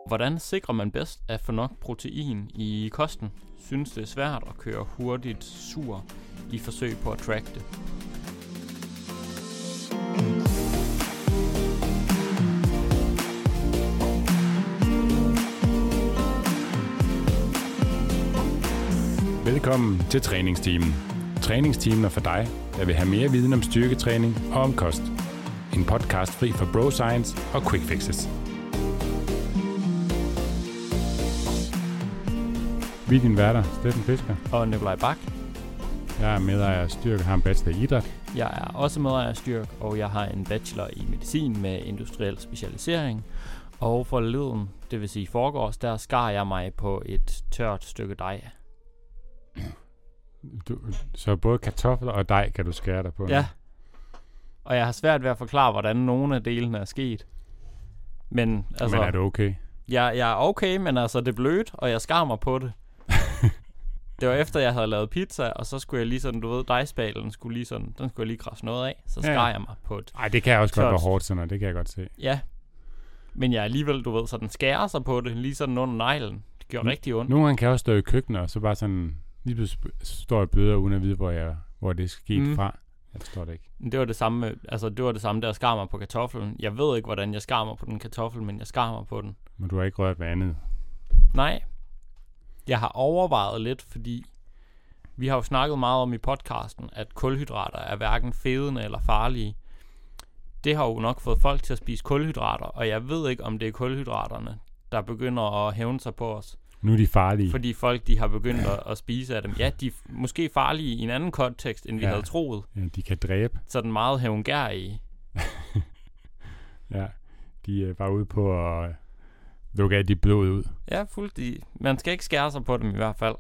Hvordan sikrer man bedst at få nok protein i kosten? Synes det er svært at køre hurtigt sur i forsøg på at track det. Velkommen til træningsteamen. Træningsteamen er for dig, der vil have mere viden om styrketræning og om kost. En podcast fri for bro science og quick fixes. Vi er dine værter, Steffen Fisker. Og Nikolaj Bak. Jeg er medejer af Styrk og har en bachelor i idræt. Jeg er også medejer af Styrk, og jeg har en bachelor i medicin med industriel specialisering. Og forleden, det vil sige forgårs, der skar jeg mig på et tørt stykke dej. Så både kartofler og dej kan du skære dig på? Ja. Og jeg har svært ved at forklare, hvordan nogle af delene er sket. Men er du okay? Jeg er okay, men altså det er blødt, og jeg skar mig på det. Det var efter, jeg havde lavet pizza, og så skulle jeg lige sådan, du ved, dejspalen den skulle jeg lige krasse noget af. Så skar jeg mig på et... Ej, det kan jeg også godt være hårdt sådan, og det kan jeg godt se. Ja, men jeg alligevel, du ved, så den skærer sig på det, lige sådan under neglen. Det gjorde rigtig ondt. Nogle gange kan jeg også stå i køkkenet, og så bare sådan, lige står jeg bløder, uden at vide, hvor det er sket fra. Jeg forstår det ikke. Det var det samme, der skar mig på kartoflen. Jeg ved ikke, hvordan jeg skar mig på den kartoffel, men jeg skar mig på den. Men du har ikke rørt ved andet? Nej. Jeg har overvejet lidt, fordi vi har jo snakket meget om i podcasten, at kulhydrater er hverken fedende eller farlige. Det har jo nok fået folk til at spise kulhydrater, og jeg ved ikke, om det er kulhydraterne, der begynder at hævne sig på os. Nu er de farlige. Fordi folk, de har begyndt at spise af dem. Ja, de er måske farlige i en anden kontekst, end vi havde troet. Ja, de kan dræbe. Sådan meget hævngærige. Ja, de er bare ude på at lukke af de blod ud. Ja, fuldstændig. Man skal ikke skære sig på dem i hvert fald.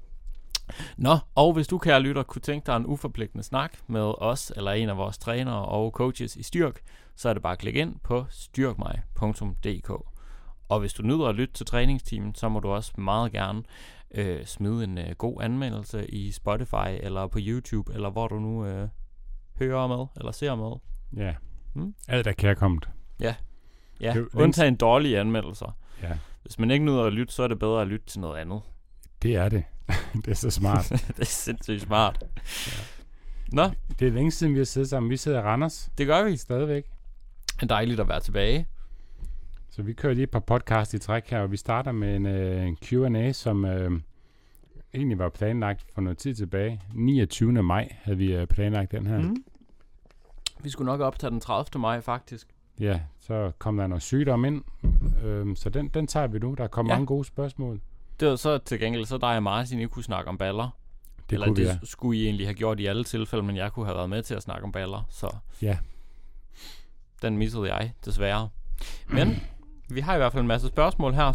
Nå, og hvis du, kære lytter, kunne tænke dig en uforpligtende snak med os, eller en af vores trænere og coaches i Styrk, så er det bare at klikke ind på styrkmig.dk. Og hvis du nyder at lytte til træningsteamen, så må du også meget gerne smide en god anmeldelse i Spotify, eller på YouTube, eller hvor du nu hører med, eller ser med. Ja, alt er kærkommet. Ja, undtagen dårlige anmeldelser. Ja. Hvis man ikke nyder at lytte, så er det bedre at lytte til noget andet. Det er det. Det er så smart. Det er sindssygt smart. Ja. Nå. Det er længe siden, vi har siddet sammen. Vi sidder i Randers. Det gør vi. Stadigvæk. Det er dejligt at være tilbage. Så vi kører lige et par podcast i træk her, og vi starter med en Q&A, som egentlig var planlagt for noget tid tilbage. 29. maj havde vi planlagt den her. Vi skulle nok optage den 30. maj, faktisk. Ja, så kom der noget sygdom ind, så den tager vi nu. Der kommer mange gode spørgsmål. Det var så til gengæld, så dig og Martin ikke kunne snakke om baller. Det skulle I egentlig have gjort i alle tilfælde, men jeg kunne have været med til at snakke om baller, så ja. Den missede jeg, desværre. Men vi har i hvert fald en masse spørgsmål her,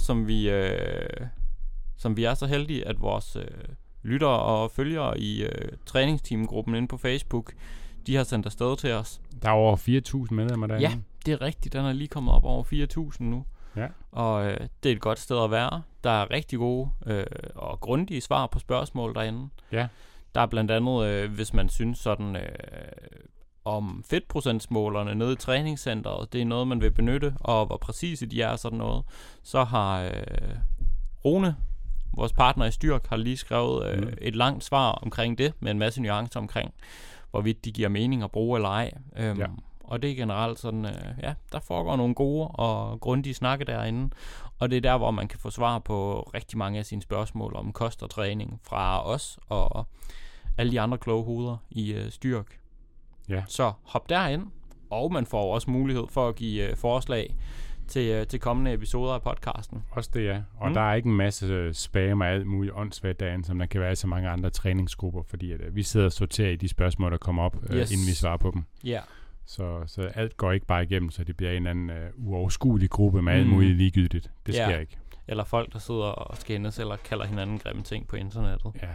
som vi er så heldige, at vores lyttere og følgere i træningsteamgruppen inde på Facebook, de har sendt afsted til os. Der er over 4.000 medlemmer derinde. Ja, det er rigtigt. Den er lige kommet op over 4.000 nu. Ja. Og det er et godt sted at være. Der er rigtig gode og grundige svar på spørgsmål derinde. Ja. Der er blandt andet, hvis man synes sådan om fedtprocentsmålerne nede i træningscenteret, det er noget, man vil benytte, og hvor præcise de er sådan noget, så har Rune, vores partner i Styrk, har lige skrevet et langt svar omkring det, med en masse nuancer omkring, hvorvidt de giver mening at bruge eller ej. Og det er generelt sådan, der foregår nogle gode og grundige snakke derinde, og det er der, hvor man kan få svar på rigtig mange af sine spørgsmål om kost og træning fra os og alle de andre kloge hoveder i Styrk. Ja. Så hop derind, og man får også mulighed for at give forslag til kommende episoder af podcasten. Også det, ja. Og der er ikke en masse spam og alt muligt åndssvagt derinde, som der kan være i så mange andre træningsgrupper, fordi at, vi sidder og sorterer i de spørgsmål, der kommer op, inden vi svarer på dem. Ja. Yeah. Så alt går ikke bare igennem, så det bliver en anden uoverskuelig gruppe med alt muligt ligegyldigt. Det sker ikke. Eller folk, der sidder og skændes, eller kalder hinanden grimme ting på internettet. Ja.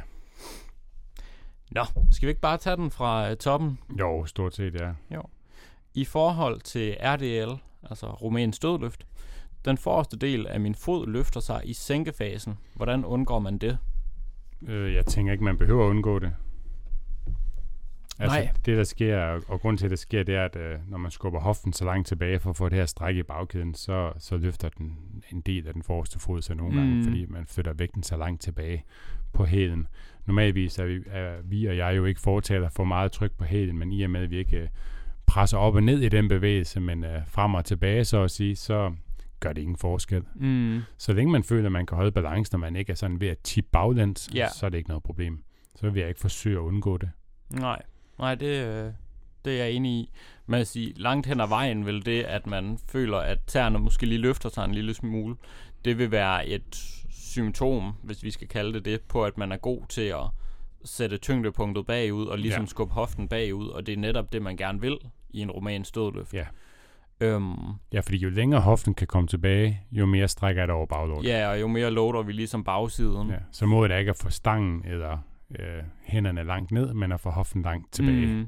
Nå, skal vi ikke bare tage den fra toppen? Jo, stort set, ja. Jo. I forhold til RDL, altså rumænsk dødløft, den forreste del af min fod løfter sig i sænkefasen. Hvordan undgår man det? Jeg tænker ikke, man behøver at undgå det. Altså, Nej. det der sker, og grund til, at det sker, det er, at når man skubber hoften så langt tilbage for at få det her stræk i bagkæden, så løfter den en del af den forreste fod sig nogle gange, fordi man flytter vægten så langt tilbage på hælen. Normalvis er vi og jeg jo ikke fortaler for meget tryk på hælen, men i og med, at vi ikke presser op og ned i den bevægelse, men frem og tilbage, så at sige, så gør det ingen forskel. Så længe man føler, at man kan holde balance, når man ikke er sådan ved at tippe baglæns, så er det ikke noget problem. Så vil jeg ikke forsøge at undgå det. Nej, det er jeg enig i. Men at sige, langt hen ad vejen vil det, at man føler, at tæerne måske lige løfter sig en lille smule, det vil være et symptom, hvis vi skal kalde det, på at man er god til at sætte tyngdepunktet bagud, og ligesom skubbe hoften bagud, og det er netop det, man gerne vil i en romansk dødløft. Ja, fordi jo længere hoften kan komme tilbage, jo mere strækker det over baglåret. Ja, og jo mere loader vi ligesom bagsiden. Ja, så må det ikke at få stangen eller hænderne langt ned, men at få hoften langt tilbage.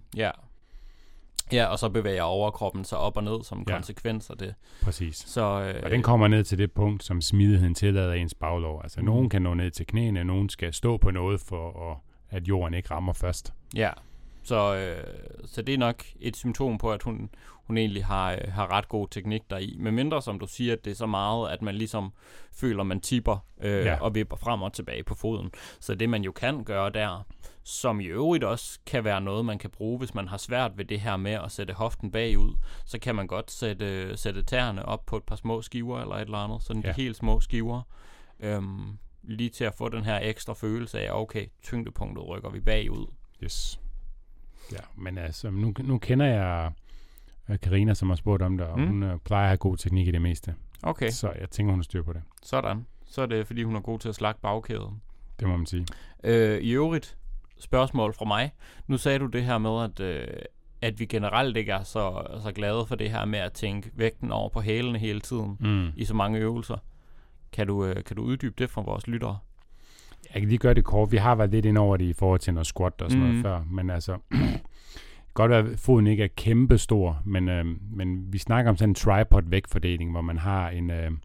Ja, og så bevæger overkroppen sig op og ned som konsekvens af det. Præcis. Så, og den kommer ned til det punkt, som smidigheden tillader ens baglår. Altså, nogen kan nå ned til knæene, nogen skal stå på noget, for at jorden ikke rammer først. Ja, så det er nok et symptom på, at hun egentlig har ret god teknik deri. Men mindre, som du siger, at det er så meget, at man ligesom føler, man tipper og vipper frem og tilbage på foden. Så det, man jo kan gøre der, som i øvrigt også kan være noget, man kan bruge, hvis man har svært ved det her med at sætte hoften bagud, så kan man godt sætte tæerne op på et par små skiver eller et eller andet, sådan de helt små skiver, lige til at få den her ekstra følelse af, okay, tyngdepunktet rykker vi bagud. Yes. Ja, men altså, nu kender jeg Karina, som har spurgt om det, og hun plejer at have god teknik i det meste. Okay. Så jeg tænker, hun har styr på det. Sådan. Så er det, fordi hun er god til at slakke bagkæden. Det må man sige. I øvrigt, spørgsmål fra mig. Nu sagde du det her med, at vi generelt ikke er så glade for det her med at tænke vægten over på hælene hele tiden i så mange øvelser. Kan du uddybe det for vores lyttere? Jeg kan lige gøre det kort. Vi har været lidt ind over det i forhold til noget squat og sådan noget før, men altså godt være, at foden ikke er kæmpestor, men vi snakker om sådan en tripod vægtfordeling, hvor man har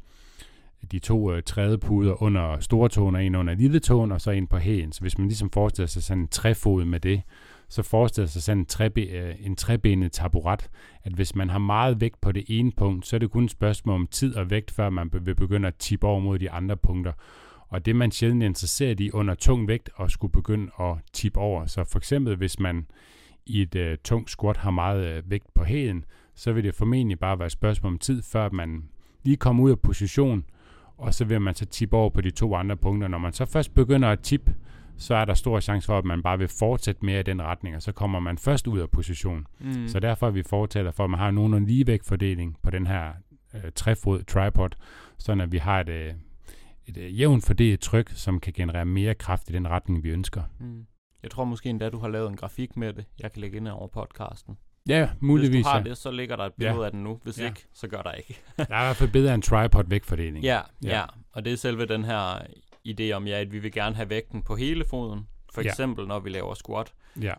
de 2 trædepuder under stortåen og en under lilletåen, og så en på hælen. Så hvis man ligesom forestiller sig sådan en trefod med det, så forestiller sig sådan en trebenet taburet, at hvis man har meget vægt på det ene punkt, så er det kun et spørgsmål om tid og vægt, før man vil begynde at tippe over mod de andre punkter. Og det er man sjældent interesseret i under tung vægt og skulle begynde at tippe over. Så for eksempel, hvis man i et tungt squat har meget vægt på hælen, så vil det formentlig bare være et spørgsmål om tid, før man lige kommer ud af position, og så vil man så tippe over på de 2 andre punkter. Når man så først begynder at tippe, så er der stor chance for, at man bare vil fortsætte mere i den retning, og så kommer man først ud af position. Så derfor er vi fortaler for, at man har nogen ligevægtfordeling på den her trefod tripod, sådan at vi har et jævnt fordelt tryk, som kan generere mere kraft i den retning, vi ønsker. Jeg tror måske endda, du har lavet en grafik med det. Jeg kan lægge ind over podcasten. Ja, muligvis. Hvis du har det, så ligger der et billede af den nu. Hvis ikke, så gør der ikke. Der er i hvert fald bedre en tripod vægtfordeling. Ja. Og det er selve den her idé om, at vi vil gerne have vægten på hele foden. For eksempel, når vi laver squat. Ja.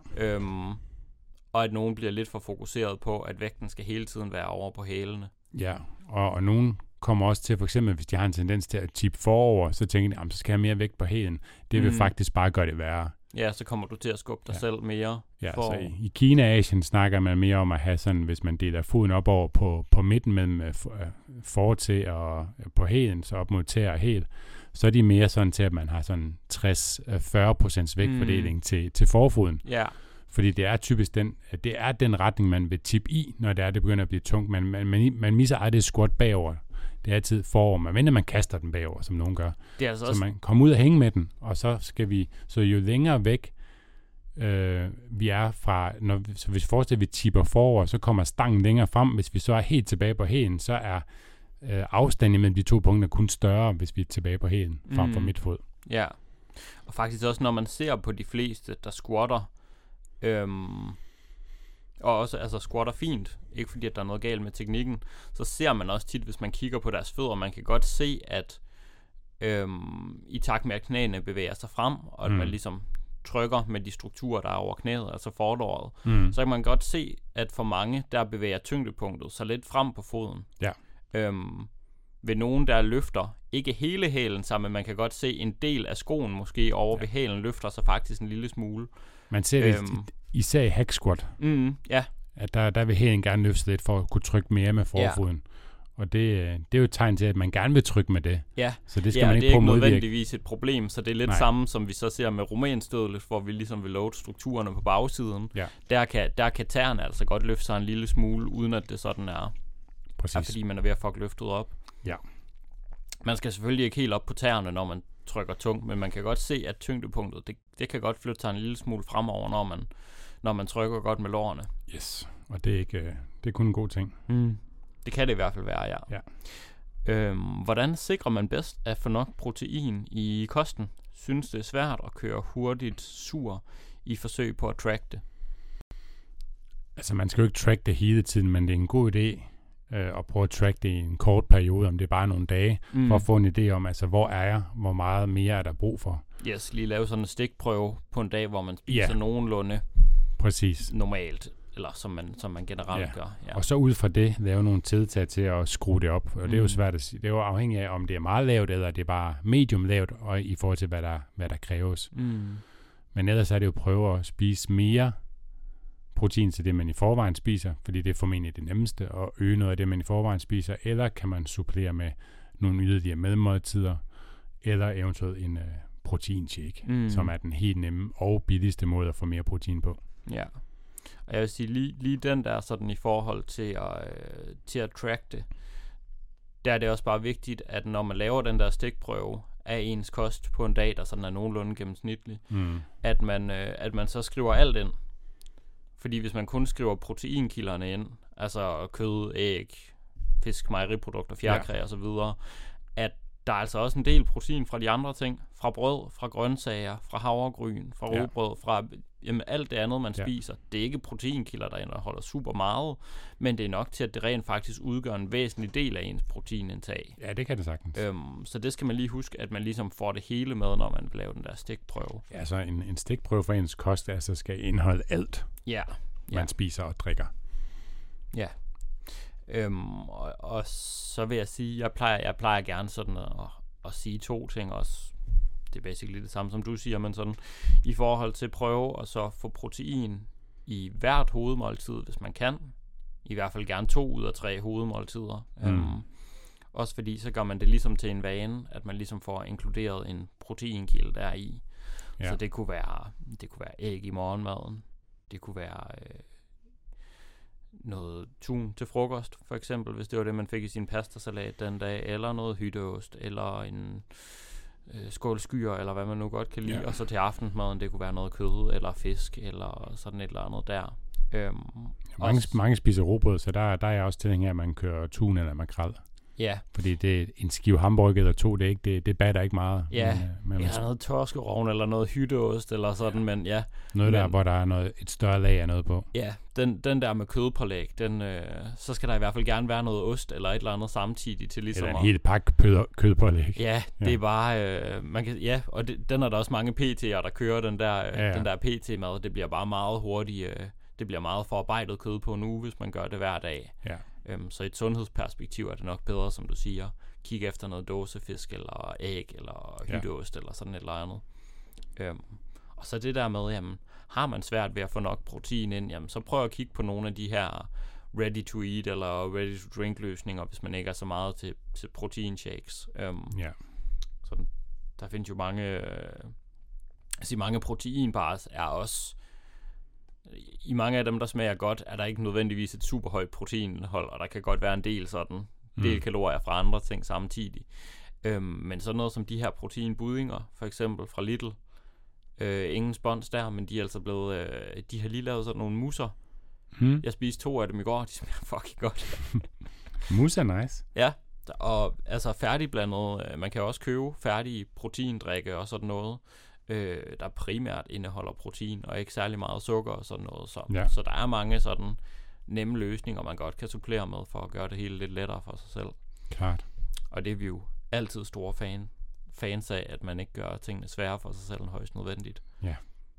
Og at nogen bliver lidt for fokuseret på, at vægten skal hele tiden være over på hælene. Ja, og nogen kommer også til, for eksempel, hvis de har en tendens til at tippe forover, så tænker de, så skal jeg have mere vægt på hælen. Det vil faktisk bare gøre det værre. Ja, så kommer du til at skubbe dig selv mere. Ja, så i Kina og Asien snakker man mere om at have sådan, hvis man deler foden op over på midten mellem fortæ og på hælen, så op mod tæ og hæl, så er de mere sådan til, at man har sådan 60-40% vægtfordeling til forfoden. Ja. Fordi det er typisk den retning, man vil tippe i, når det begynder at blive tungt. Man misser aldrig squat bagover. Det er altid forover. Man venter, man kaster den bagover, som nogen gør. Det er altså så man kommer ud og hænge med den, og så jo længere væk vi er fra, så hvis vi forestiller, at vi tipper forover, så kommer stangen længere frem. Hvis vi så er helt tilbage på hælen, så er afstanden mellem de 2 punkter kun større, hvis vi er tilbage på hælen, frem for midtfod. Ja, og faktisk også, når man ser på de fleste, der squatter, og også squatter fint, ikke fordi at der er noget galt med teknikken, så ser man også tit, hvis man kigger på deres fødder, man kan godt se, at i takt med at knæene bevæger sig frem, og at man ligesom trykker med de strukturer, der er over knæet, altså fordåret, så kan man godt se, at for mange, der bevæger tyngdepunktet så lidt frem på foden. Ja. ved nogen, der løfter ikke hele hælen sammen, men man kan godt se en del af skoen måske over ved hælen løfter sig faktisk en lille smule. Man ser det især i hack squat. Ja. At der vil hælen gerne løfte lidt for at kunne trykke mere med forfoden. Og det er jo et tegn til, at man gerne vil trykke med det. Ja, så det skal man ikke det er prøve ikke at modvirke. nødvendigvis et problem, så det er lidt samme, som vi så ser med rumænsk dødløft, hvor vi ligesom vil load strukturerne på bagsiden. Ja. Der kan tæerne altså godt løfte sig en lille smule, uden at det sådan er, fordi man er ved at fuck løftet op. Ja. Man skal selvfølgelig ikke helt op på tæerne, når man trykker tungt, men man kan godt se, at tyngdepunktet, det kan godt flytte sig en lille smule fremover, når man trykker godt med lårene. Yes, og det er kun en god ting. Det kan det i hvert fald være, ja. Hvordan sikrer man bedst at få nok protein i kosten? Synes det er svært at køre hurtigt sur i forsøg på at track det? Altså man skal jo ikke track det hele tiden, men det er en god idé at prøve at track det i en kort periode, om det er bare nogle dage, for at få en idé om, altså hvor er jeg, hvor meget mere er der brug for. Yes, lige lave sådan en stikprøve på en dag, hvor man spiser nogenlunde normalt. Eller som man generelt gør. Ja. Og så ud fra det, lave nogle tiltag til at skrue det op. Og det er jo svært at sige. Det er jo afhængigt af, om det er meget lavt, eller det er bare medium lavt, og i forhold til, hvad der kræves. Men ellers er det jo at prøve at spise mere protein til det, man i forvejen spiser, fordi det er formentlig det nemmeste, at øge noget af det, man i forvejen spiser. Eller kan man supplere med nogle yderligere mellemmåltider, eller eventuelt en proteinshake, som er den helt nemme og billigste måde at få mere protein på. Ja. Og jeg vil sige, lige den der sådan i forhold til at track det, der er det også bare vigtigt, at når man laver den der stikprøve af ens kost på en dag, der sådan er nogenlunde gennemsnitlig, at man så skriver alt ind. Fordi hvis man kun skriver proteinkilderne ind, altså kød, æg, fisk, mejeriprodukter, fjerkræ og så videre, at der er altså også en del protein fra de andre ting, fra brød, fra grøntsager, fra havregryn, fra rugbrød, fra alt det andet, man spiser. Det er ikke proteinkilder, der indeholder super meget, men det er nok til, at det rent faktisk udgør en væsentlig del af ens proteinindtag. Ja, det kan det sagtens. Så det skal man lige huske, at man ligesom får det hele med, når man vil lave den der stikprøve. Ja, så en stikprøve for ens kost, altså skal indeholde alt, man spiser og drikker. Ja. Og så vil jeg sige, jeg plejer gerne sådan at sige to ting også. Det er basically det samme, som du siger, men sådan i forhold til prøve og så få protein i hvert hovedmåltid, hvis man kan. I hvert fald gerne 2 ud af 3 hovedmåltider. Også fordi så gør man det ligesom til en vane, at man ligesom får inkluderet en proteinkilde deri. Så det kunne være æg i morgenmaden. Det kunne være noget tun til frokost, for eksempel, hvis det var det, man fik i sin pastasalat den dag, eller noget hytteost, eller en skål skyer, eller hvad man nu godt kan lide, og så til aftensmaden, det kunne være noget kød, eller fisk, eller sådan et eller andet der. Mange spiser rugbrød, så der er jeg også tilhængig af, at man kører tun eller makrel. Ja. Fordi det er en skive hamburger eller 2, det batter ikke meget. Ja, men noget torskerovn eller noget hytteost eller sådan, men ja. Noget der, hvor der er et større lag af noget på. Ja, den der med kødpålæg, så skal der i hvert fald gerne være noget ost eller et eller andet samtidig til ligesom. Eller en hel pakke kødpålæg. Ja, det er bare, man kan, og den er der også mange PT'er, der kører den der PT-mad. Det bliver bare meget hurtigt, det bliver meget forarbejdet kød på nu, hvis man gør det hver dag. Ja. Så i et sundhedsperspektiv er det nok bedre, som du siger, kigge efter noget dåsefisk eller æg eller hytteost eller sådan et eller andet. Og så det der med, jamen, har man svært ved at få nok protein ind, jamen, så prøv at kigge på nogle af de her ready to eat eller ready to drink løsninger, hvis man ikke er så meget til proteinshakes. Så der findes jo mange proteinbars er også. I mange af dem, der smager godt, er der ikke nødvendigvis et super højt proteinindhold, og der kan godt være en del sådan del kalorier fra andre ting samtidig. Men sådan noget som de her proteinbudinger, for eksempel fra Lidl, ingen spons der, men de er altså blevet, de har lige lavet sådan nogle musser. Jeg spiste 2 af dem i går, de smager fucking godt. Mus er nice. Ja, og altså færdigblandet, man kan også købe færdige proteindrikke og sådan noget, der primært indeholder protein og ikke særlig meget sukker og sådan noget. Så der er mange sådan nemme løsninger, man godt kan supplere med for at gøre det hele lidt lettere for sig selv. Klart. Og det er vi jo altid store fans af, at man ikke gør tingene sværere for sig selv end højst nødvendigt. Ja.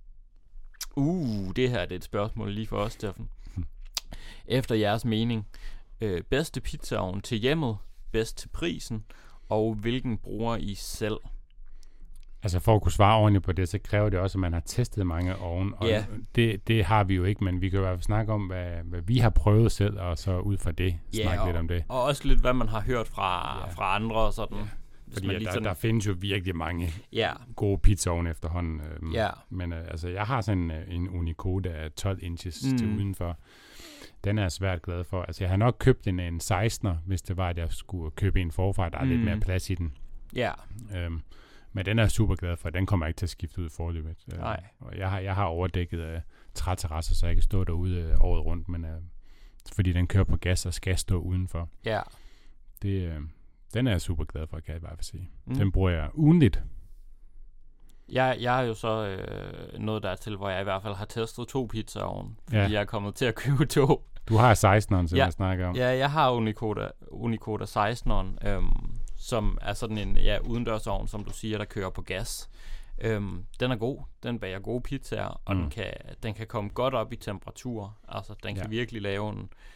Det her det er et spørgsmål lige for os, Steffen. Efter jeres mening, bedste pizzaovn til hjemmet bedst til prisen, og hvilken bruger I selv? Altså for at kunne svare ordentligt på det, så kræver det også, at man har testet mange ovne, og det har vi jo ikke, men vi kan jo i hvert fald snakke om, hvad vi har prøvet selv, og så ud fra det snakke lidt om det. Og også lidt, hvad man har hørt fra andre og sådan. Ja. Fordi der findes jo virkelig mange gode pizzaovne efterhånden. Men altså, jeg har sådan en Unicoda af 12 inches til udenfor. Den er jeg svært glad for. Altså, jeg har nok købt en 16'er, hvis det var, at jeg skulle købe en forfra. Der er lidt mere plads i den. Ja. Men den er jeg super glad for. Den kommer ikke til at skifte ud forløbet. Nej. Og jeg har overdækket træterrasser, så jeg kan stå derude året rundt. Men fordi den kører på gas, og skal stå udenfor. Ja. Den er jeg super glad for, kan jeg i hvert fald sige. Den bruger jeg ugenligt. Jeg er jo så noget dertil, hvor jeg i hvert fald har testet 2 pizzaovne, fordi jeg er kommet til at købe 2. Du har 16'eren, som jeg snakker om. Ja, jeg har Unicoda 16'eren, som er sådan en udendørsovn, som du siger, der kører på gas. Den er god. Den bager gode pizzaer, og den kan komme godt op i temperatur. Altså, den kan virkelig lave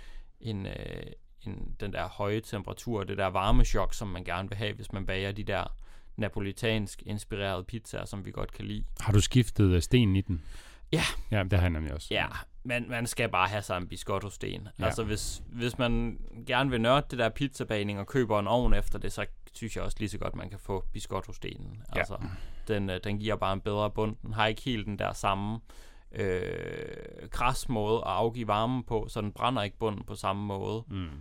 den der høje temperatur, det der varmechok, som man gerne vil have, hvis man bager de der napolitansk inspirerede pizzaer, som vi godt kan lide. Har du skiftet sten i den? Ja. Ja, det har jeg nemlig også. Ja, men man skal bare have sig en biscotto-sten. Ja. Altså, hvis man gerne vil nørde det der pizzabagning og køber en ovn efter det, så synes jeg også lige så godt, man kan få biscotto-stenen. Ja. Altså, den giver bare en bedre bund. Den har ikke helt den der samme kras måde at afgive varme på, så den brænder ikke bunden på samme måde.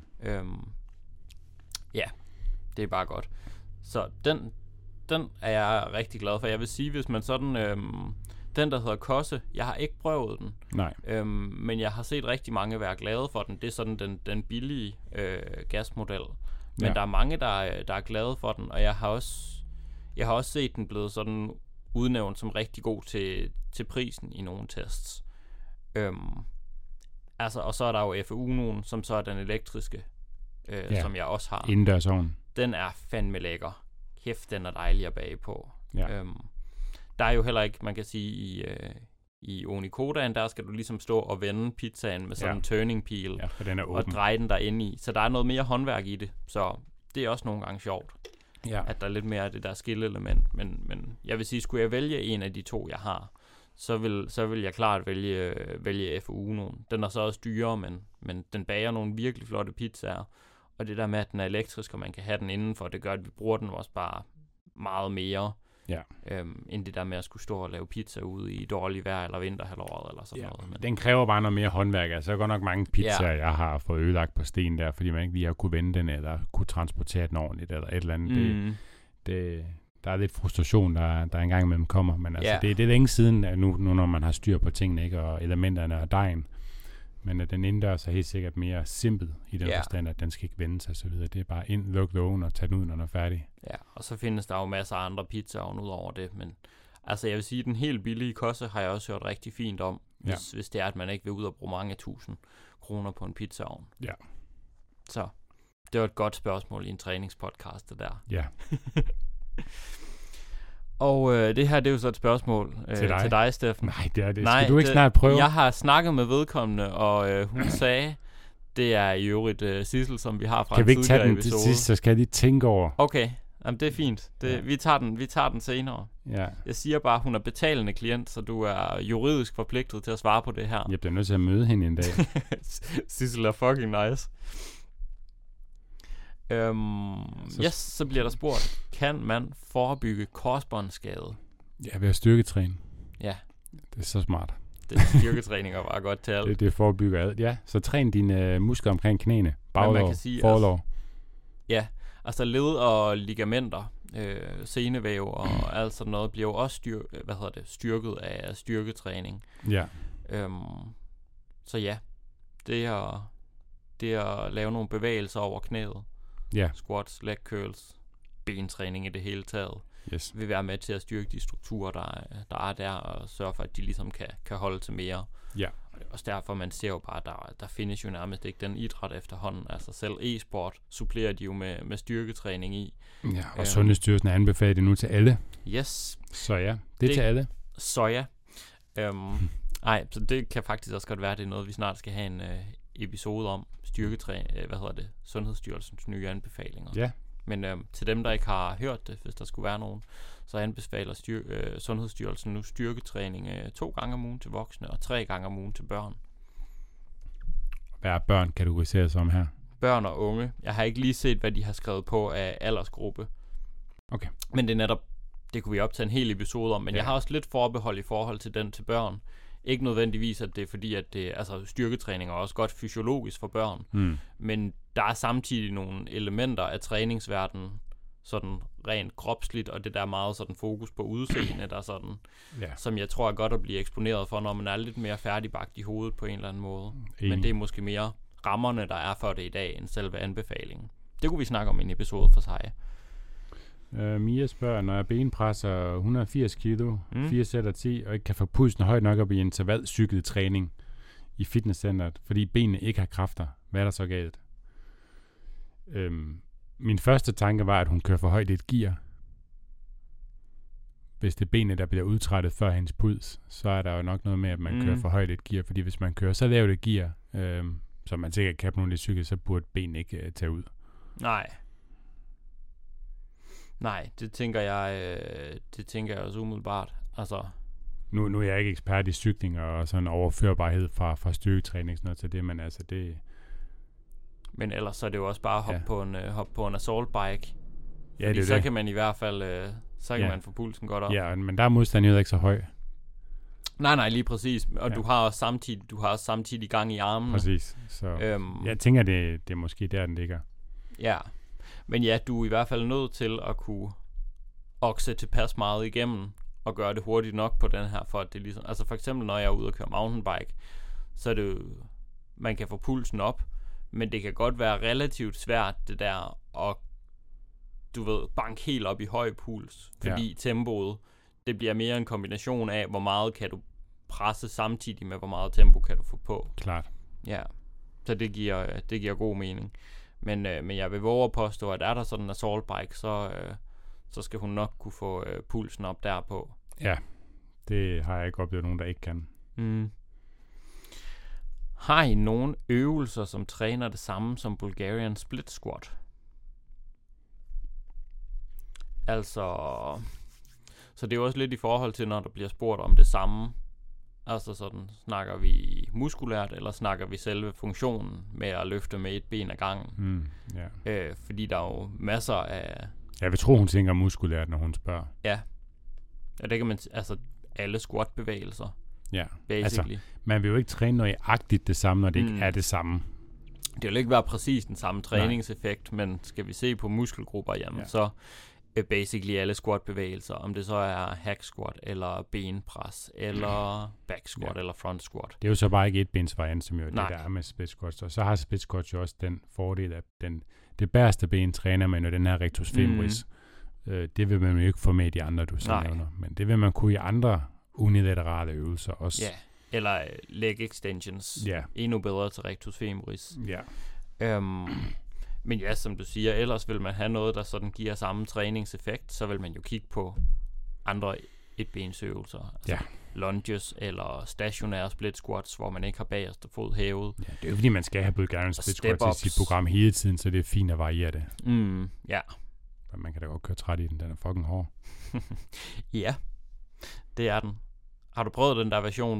Det er bare godt. Så den er jeg rigtig glad for. Jeg vil sige, hvis man sådan den der hedder Kosse, jeg har ikke prøvet den. Nej. Men jeg har set rigtig mange være glade for den. Det er sådan den billige gasmodel. Men der er mange der er glade for den, og jeg har også set den blevet sådan udnævnt som rigtig god til prisen i nogle tests. Altså, og så er der jo FU'en, som så er den elektriske, som jeg også har. Indendørsovn. Den er fandme lækker. Kæft, den er dejlig at bage på. Ja. Der er jo heller ikke, man kan sige, i Unicodaen, der skal du ligesom stå og vende pizzaen med sådan en turning peel, og dreje den derinde i. Så der er noget mere håndværk i det, så det er også nogle gange sjovt. Ja. At der er lidt mere af det der skill-element. Men jeg vil sige, skulle jeg vælge en af de 2, jeg har, så vil jeg klart vælge FU'en. Den er så også dyrere, men den bager nogle virkelig flotte pizzaer. Og det der med, at den er elektrisk, og man kan have den indenfor, det gør, at vi bruger den også bare meget mere, end det der med at skulle stå og lave pizza ude i dårlig vejr eller vinterhalvåret eller sådan noget. Men den kræver bare noget mere håndværk. Altså, der er godt nok mange pizzaer, jeg har fået ødelagt på sten der, fordi man ikke lige har kunne vende den, eller kunne transportere den ordentligt, eller et eller andet. Der er lidt frustration, der engang imellem kommer, men altså, det er længe siden, nu når man har styr på tingene, ikke, og elementerne og dejen. Men den indendørs er helt sikkert mere simpel i den forstand, at den skal ikke vende sig og så videre. Det er bare ind, luk lågen og tage den ud, når den er færdig. Ja, og så findes der jo masser af andre pizzaer ud over det, men altså jeg vil sige, den helt billige Kosse har jeg også hørt rigtig fint om, hvis det er, at man ikke vil ud og bruge mange 1000 kroner på en pizzaovn. Ja. Så det var et godt spørgsmål i en træningspodcast, det der. Ja. Og det her, det er jo så et spørgsmål til dig, Steffen. Nej, det er det. Skal du ikke snart prøve? Jeg har snakket med vedkommende, og hun sagde, det er i øvrigt Sissel, som vi har fra en tidligere episode. Kan vi ikke tage den til sidst, så skal jeg lige tænke over. Okay, jamen, det er fint. Vi tager den senere. Ja. Jeg siger bare, hun er betalende klient, så du er juridisk forpligtet til at svare på det her. Jeg bliver nødt til at møde hende en dag. Sissel er fucking nice. Så bliver der spurgt, kan man forebygge korsbåndsskade? Ja, ved at styrketræne. Ja. Det er så smart. Det er styrketræning og bare godt til alt. Det forebygger alt. Ja, så træn dine muskler omkring knæene, baglov, forlov. Ja, altså led og ligamenter, senevæv og alt sådan noget bliver jo også styrket af styrketræning. Ja. Så ja, det at lave nogle bevægelser over knæet. Ja. Squats, leg curls, bentræning i det hele taget. Yes. Vil være med til at styrke de strukturer, der er der, og sørge for, at de ligesom kan holde til mere. Ja. Og det er også derfor, man ser jo bare, der findes jo nærmest ikke den idræt efterhånden. Altså selv e-sport supplerer de jo med styrketræning i. Ja, og Sundhedsstyrelsen anbefaler det nu til alle. Yes. Så ja, det er til alle. Så ja. Så det kan faktisk også godt være, det er noget, vi snart skal have episode om Sundhedsstyrelsens nye anbefalinger. Ja. Men til dem, der ikke har hørt det, hvis der skulle være nogen, så anbefaler Sundhedsstyrelsen nu styrketræning 2 gange om ugen til voksne og 3 gange om ugen til børn. Hvad er børn kategoriseret som her? Børn og unge. Jeg har ikke lige set, hvad de har skrevet på af aldersgruppe. Okay. Men det er netop, det kunne vi optage en hel episode om, men Ja. jeg har også lidt forbehold i forhold til den til børn. Ikke nødvendigvis, at det er fordi, at styrketræning er også godt fysiologisk for børn, men der er samtidig nogle elementer af træningsverdenen, sådan rent kropsligt, og det der meget sådan fokus på udseende, der sådan, som jeg tror er godt at blive eksponeret for, når man er lidt mere færdigbagt i hovedet på en eller anden måde. Men det er måske mere rammerne, der er for det i dag, end selve anbefalingen. Det kunne vi snakke om i en episode for sig. Mia spørger, når jeg benpresser 180 kilo, 4 sæt af 10, og ikke kan få pulsen højt nok op i intervalcykeltræning i fitnesscenteret, fordi benene ikke har kræfter, hvad er der så galt? Min første tanke var, at hun kører for højt i et gear. Hvis det er benene, der bliver udtrættet før hendes puls, så er der jo nok noget med, at man kører for højt i et gear, fordi hvis man kører så lavt et gear, som man sikkert kan på nogle af de cykler, så burde benene ikke tage ud. Nej, det tænker jeg også umiddelbart. Altså nu er jeg ikke ekspert i cykling og sådan overførbarhed fra styrketræning sådan noget til det, men altså det. Men ellers så er det jo også bare hoppe på en assault bike. Ja, det er så det. kan man i hvert fald kan man få pulsen godt op. Ja, men der er modstanden jo ikke så høj. Nej, lige præcis. Og du har også samtidig gang i armene. Præcis. Så jeg tænker, det er måske der, den ligger. Ja. Men ja, du er i hvert fald nødt til at kunne okse tilpas meget igennem og gøre det hurtigt nok på den her, for at det ligesom, altså for eksempel når jeg er ude og køre mountainbike, så er det jo, man kan få pulsen op, men det kan godt være relativt svært det der at, du ved, banke helt op i høj puls, fordi tempoet, det bliver mere en kombination af, hvor meget kan du presse samtidig med, hvor meget tempo kan du få på. Klart. Ja, så det giver god mening. Men jeg vil våge at påstå, at er der sådan en assault bike, så skal hun nok kunne få pulsen op derpå. Ja, det har jeg ikke oplevet nogen, der ikke kan. Har I nogle øvelser, som træner det samme som Bulgarian Split Squat? Altså, så det er jo også lidt i forhold til, når der bliver spurgt om det samme. Altså sådan, snakker vi muskulært, eller snakker vi selve funktionen med at løfte med et ben ad gangen? Fordi der er jo masser af... Jeg vil tro, hun tænker muskulært, når hun spørger. Ja. Og det kan man... Altså, alle squat-bevægelser. Ja. Basically. Altså, man vil jo ikke træne nøjagtigt det samme, når det ikke er det samme. Det vil ikke være præcis den samme træningseffekt, men skal vi se på muskelgrupper, jamen så... basically alle squat-bevægelser, om det så er hack squat, eller benpres, eller back squat, eller front squat. Det er jo så bare ikke et bensvariant, som jo det der er med split squats. Og så har split squats jo også den fordel, at det bagerste ben træner man jo den her rectus femoris. Det vil man jo ikke få med i de andre, du så nævner. Men det vil man kunne i andre unilaterale øvelser også. Ja, eller leg extensions. Endnu bedre til rectus femoris. Ja. Men ja, som du siger, ellers vil man have noget, der sådan giver samme træningseffekt, så vil man jo kigge på andre etbensøvelser. Altså lunges eller stationære split squats, hvor man ikke har bagerste fod hævet. Ja, det er jo fordi, man skal have Bulgarian split squats i sit program hele tiden, så det er fint at variere det. Ja. Men man kan da godt køre træt i den, den er fucking hård. Ja, det er den. Har du prøvet den der version,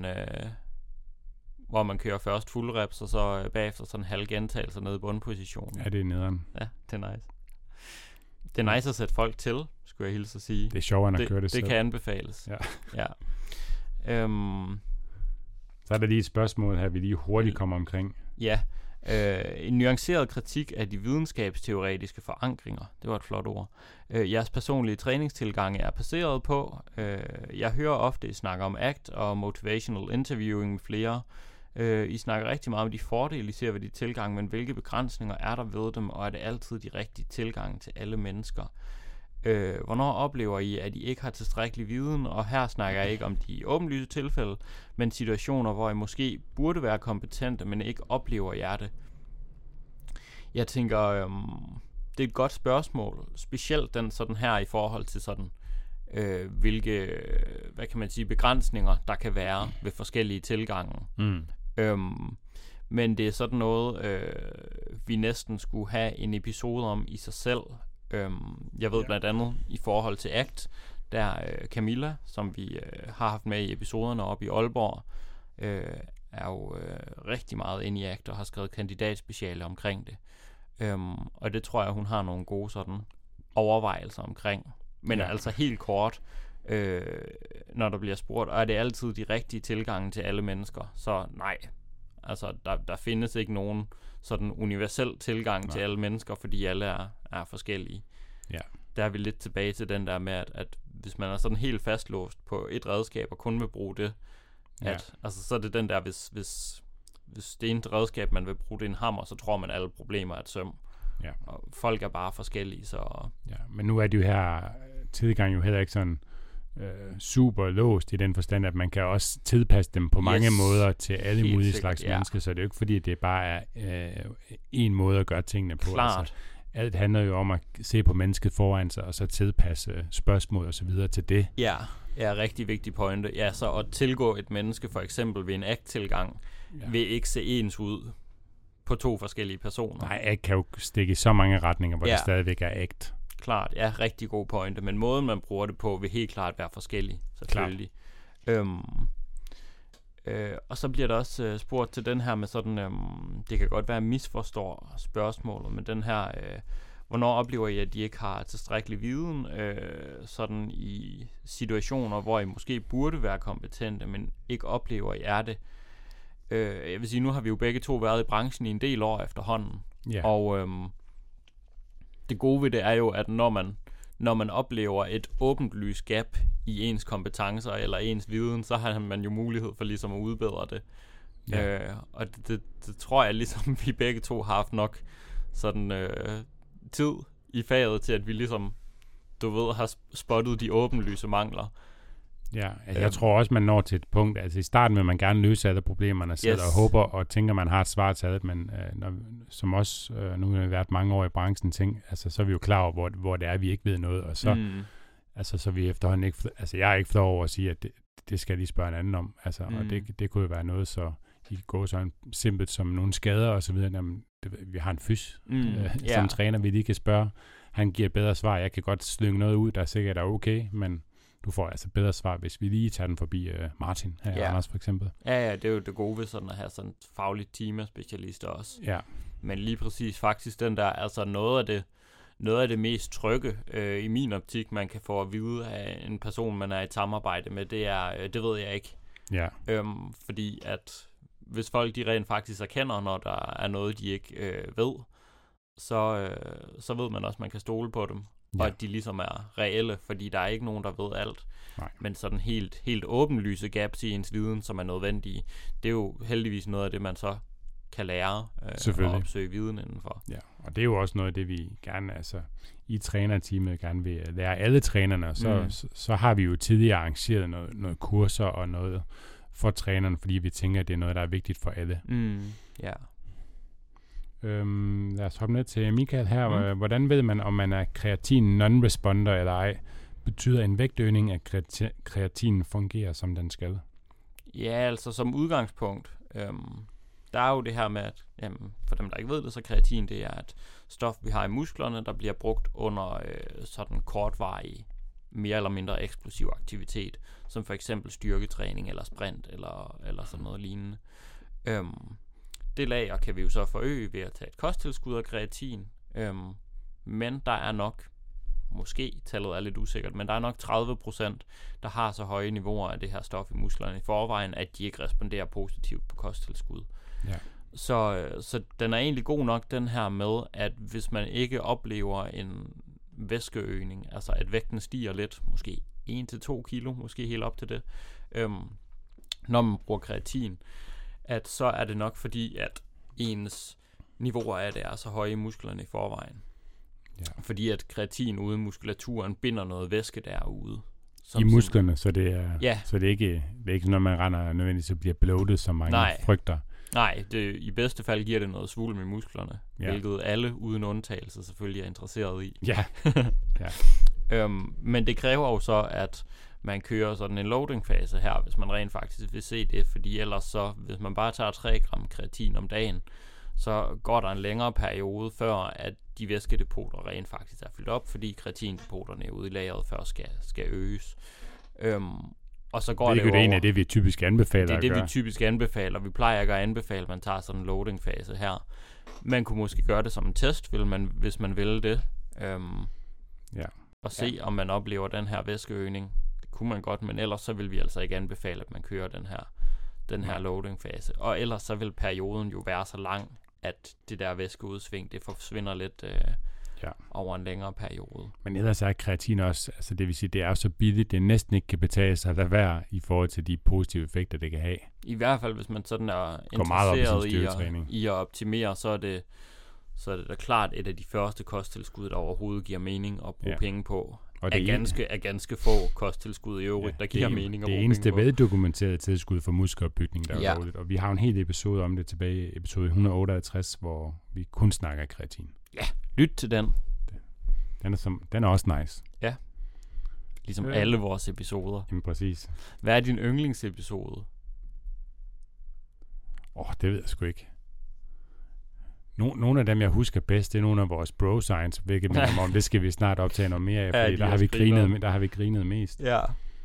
hvor man kører først full reps, og så bagefter sådan en halv gentagelse nede i bundpositionen? Ja, det er nederen. Ja, det er nice. Det er nice at sætte folk til, skulle jeg hilse at sige. Det er sjovere end at køre det selv. Det kan anbefales. Ja. Så er der lige et spørgsmål her, vi lige hurtigt kommer omkring. Ja. En nuanceret kritik af de videnskabsteoretiske forankringer. Det var et flot ord. Jeres personlige træningstilgange er baseret på. Jeg hører ofte, I snakker om ACT og motivational interviewing med flere. I snakker rigtig meget om de fordele, I ser ved de tilgange, men hvilke begrænsninger er der ved dem, og er det altid de rigtige tilgange til alle mennesker? Hvornår oplever I, at I ikke har tilstrækkelig viden, og her snakker jeg ikke om de åbenlyse tilfælde, men situationer, hvor I måske burde være kompetente, men ikke oplever jer det? Jeg tænker, det er et godt spørgsmål, specielt den sådan her i forhold til sådan, hvilke, hvad kan man sige, begrænsninger, der kan være ved forskellige tilgange. Men det er sådan noget, vi næsten skulle have en episode om i sig selv. Jeg ved blandt andet i forhold til ACT, der Camilla, som vi har haft med i episoderne op i Aalborg, er jo rigtig meget inde i ACT og har skrevet kandidatspeciale omkring det. Og det tror jeg, hun har nogle gode sådan overvejelser omkring. Men altså helt kort, når der bliver spurgt, er det altid de rigtige tilgange til alle mennesker? Så nej. Altså, der findes ikke nogen sådan universel tilgang til alle mennesker, fordi alle er forskellige. Ja. Der er vi lidt tilbage til den der med, at hvis man er sådan helt fastlåst på et redskab og kun vil bruge det, altså, så er det den der, hvis det ene redskab, man vil bruge, det er en hammer, så tror man, alle problemer er et søm. Ja. Og folk er bare forskellige, så... Ja, men nu er det jo her tilgang jo heller ikke sådan super låst i den forstand, at man kan også tilpasse dem på mange måder til alle mulige slags mennesker, så det er jo ikke fordi, det bare er en måde at gøre tingene på. Klart. Altså, alt handler jo om at se på mennesket foran sig, og så tilpasse spørgsmål og så videre til det. Ja, rigtig vigtig pointe. Ja, så at tilgå et menneske, for eksempel ved en ACT-tilgang, vil ikke se ens ud på 2 forskellige personer. Nej, ACT kan jo stikke i så mange retninger, hvor det stadigvæk er ACT. Klart, rigtig god pointe, men måden man bruger det på vil helt klart være forskellig, selvfølgelig. Og så bliver der også spurgt til den her med sådan, det kan godt være, at jeg misforstår spørgsmålet, men den her, hvornår oplever I, at de ikke har tilstrækkelig viden, sådan i situationer, hvor I måske burde være kompetente, men ikke oplever, at I er det. Jeg vil sige, nu har vi jo begge to været i branchen i en del år efterhånden, og det gode ved det er jo, at når man oplever et åbenlyst gap i ens kompetencer eller ens viden, så har man jo mulighed for ligesom at udbedre det. Og det tror jeg ligesom, vi begge to har haft nok sådan tid i faget til, at vi ligesom, du ved, har spottet de åbenlyse mangler. Ja, altså jeg tror også, man når til et punkt, altså i starten vil man gerne løse alle problemerne selv, og håber og tænker, man har et svar til det, men som også, nu har vi været mange år i branchen, altså så er vi jo klar over, hvor det er, vi ikke ved noget, og så, altså så vi efterhånden ikke, altså jeg er ikke flov over at sige, at det skal de spørge en anden om, altså, og det kunne jo være noget, så I går så simpelt som nogle skader og så videre, jamen, vi har en fys, som træner, vi lige kan spørge, han giver et bedre svar, jeg kan godt slynge noget ud, der sikkert er okay, men du får altså bedre svar, hvis vi lige tager den forbi Martin her, Anders for eksempel. Ja, det er jo det gode ved sådan at have sådan et fagligt team af specialister også. Ja. Men lige præcis faktisk den der, altså noget af det mest trygge i min optik, man kan få at vide af en person, man er i et samarbejde med, det ved jeg ikke. Ja. Fordi at hvis folk de rent faktisk erkender, når der er noget, de ikke ved, så ved man også, at man kan stole på dem. Og at de ligesom er reelle, fordi der er ikke nogen, der ved alt. Nej. Men sådan helt åbenlyse gaps i ens viden, som er nødvendige, det er jo heldigvis noget af det, man så kan lære og opsøge viden indenfor. Ja, og det er jo også noget af det, vi gerne, altså i trænerteamet gerne vil lære alle trænerne, så har vi jo tidligere arrangeret noget kurser og noget for trænerne, fordi vi tænker, at det er noget, der er vigtigt for alle. Ja. Lad os hoppe ned til Michael her. Hvordan ved man, om man er kreatin non-responder eller ej? Betyder en vægtøgning, at kreatinen fungerer, som den skal? Ja, altså som udgangspunkt, der er jo det her med, at for dem, der ikke ved det, så kreatin, det er et stof, vi har i musklerne, der bliver brugt under sådan kortvarig, mere eller mindre eksplosiv aktivitet, som for eksempel styrketræning eller sprint eller sådan noget lignende. Det lager kan vi jo så forøge ved at tage et kosttilskud af kreatin, men der er nok, måske tallet er lidt usikkert, men der er nok 30%, der har så høje niveauer af det her stof i musklerne i forvejen, at de ikke responderer positivt på kosttilskud. Ja. Så den er egentlig god nok, den her med, at hvis man ikke oplever en væskeøgning, altså at vægten stiger lidt, måske 1-2 kilo, måske helt op til det, når man bruger kreatin, at så er det nok fordi, at ens niveauer af det er så høje i musklerne i forvejen. Ja. Fordi at kreatin ude i muskulaturen binder noget væske derude. I musklerne, så det er, så det er ikke sådan, når man render nødvendigvis og bliver bloated, som mange frygter. Nej, i bedste fald giver det noget svulm i musklerne, hvilket alle uden undtagelse selvfølgelig er interesseret i. Ja. Men det kræver jo så, at man kører sådan en loading-fase her, hvis man rent faktisk vil se det, fordi ellers så, hvis man bare tager 3 gram kreatin om dagen, så går der en længere periode, før at de væskedepoter rent faktisk er fyldt op, fordi kreatindepoterne ude i lageret først skal øges. Og så går det er jo en af det, vi typisk anbefaler. Det er det, vi typisk anbefaler. Vi plejer ikke at anbefale, at man tager sådan en loading-fase her. Man kunne måske gøre det som en test, hvis man ville det. Og se, om man oplever den her væskeøgning. Det kunne man godt, men ellers så vil vi altså ikke anbefale, at man kører den her loading-fase. Og ellers så vil perioden jo være så lang, at det der væskeudsving, det forsvinder lidt over en længere periode. Men ellers er kreatin også, altså det vil sige, det er så billigt, det næsten ikke kan betale sig at lade være i forhold til de positive effekter, det kan have. I hvert fald, hvis man sådan er interesseret i at optimere, så er det da klart et af de første kosttilskud, der overhovedet giver mening at bruge penge på. Og det er ganske få kosttilskud i øvrigt, der giver mening at bruge penge på. Det eneste veldokumenterede tilskud for muskelopbygning, der er lovligt. Og vi har en hel episode om det tilbage i episode 158, hvor vi kun snakker kreatin. Ja, lyt til den. Den er også nice. Ja. Ligesom alle vores episoder. Jamen præcis. Hvad er din yndlingsepisode? Det ved jeg sgu ikke. Nogle af dem, jeg husker bedst, det er nogle af vores bro science, hvilket minder om, det skal vi snart optage noget mere af, fordi der har vi grinet mest. Ja.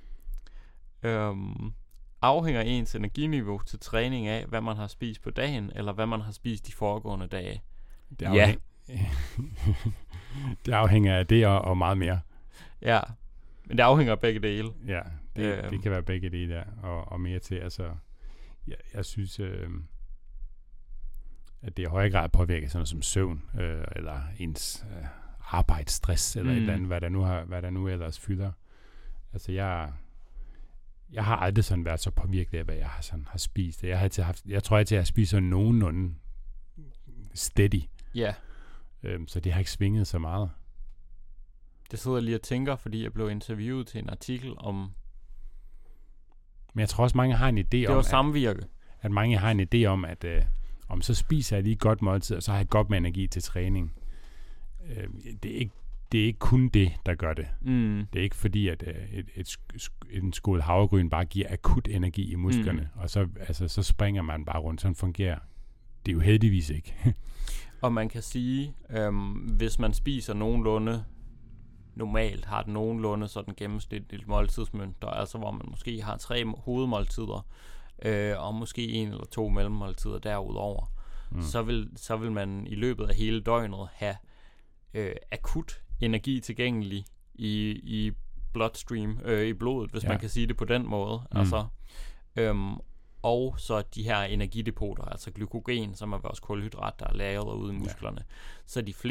Afhænger ens energiniveau til træning af, hvad man har spist på dagen, eller hvad man har spist de foregående dage? Det afhænger af det og meget mere. Ja, men det afhænger af begge dele. Ja, det kan være begge dele, ja, og mere til. Altså, jeg synes, at det i høj grad påvirker sådan noget som søvn, eller ens arbejdsstress, eller et eller andet, hvad der nu ellers fylder. Altså, jeg har aldrig sådan været så påvirket af, hvad jeg har spist. Jeg tror altid, jeg har spist sådan nogenlunde steady. Ja. Så det har ikke svinget så meget. Det sidder jeg lige og tænker, fordi jeg blev interviewet til en artikel om... Men jeg tror også, mange har en idé om... Det var samvirke. At mange har en idé om, at om så spiser jeg lige godt måltid, og så har jeg godt med energi til træning. Det er ikke kun det, der gør det. Det er ikke fordi, at en skål havregryn bare giver akut energi i musklerne, og så springer man bare rundt. Sådan fungerer det jo heldigvis ikke. Og man kan sige, hvis man spiser nogenlunde normalt, har det nogenlunde sådan gennemsnitligt måltidsmønter, altså hvor man måske har 3 hovedmåltider, og måske 1 eller 2 mellemmåltider derudover, så vil man i løbet af hele døgnet have akut energi tilgængelig i bloodstream, i blodet, hvis man kan sige det på den måde. Altså, og så de her energidepoter, altså glykogen, som er vores kulhydrat, der er lagret ude i musklerne. Så de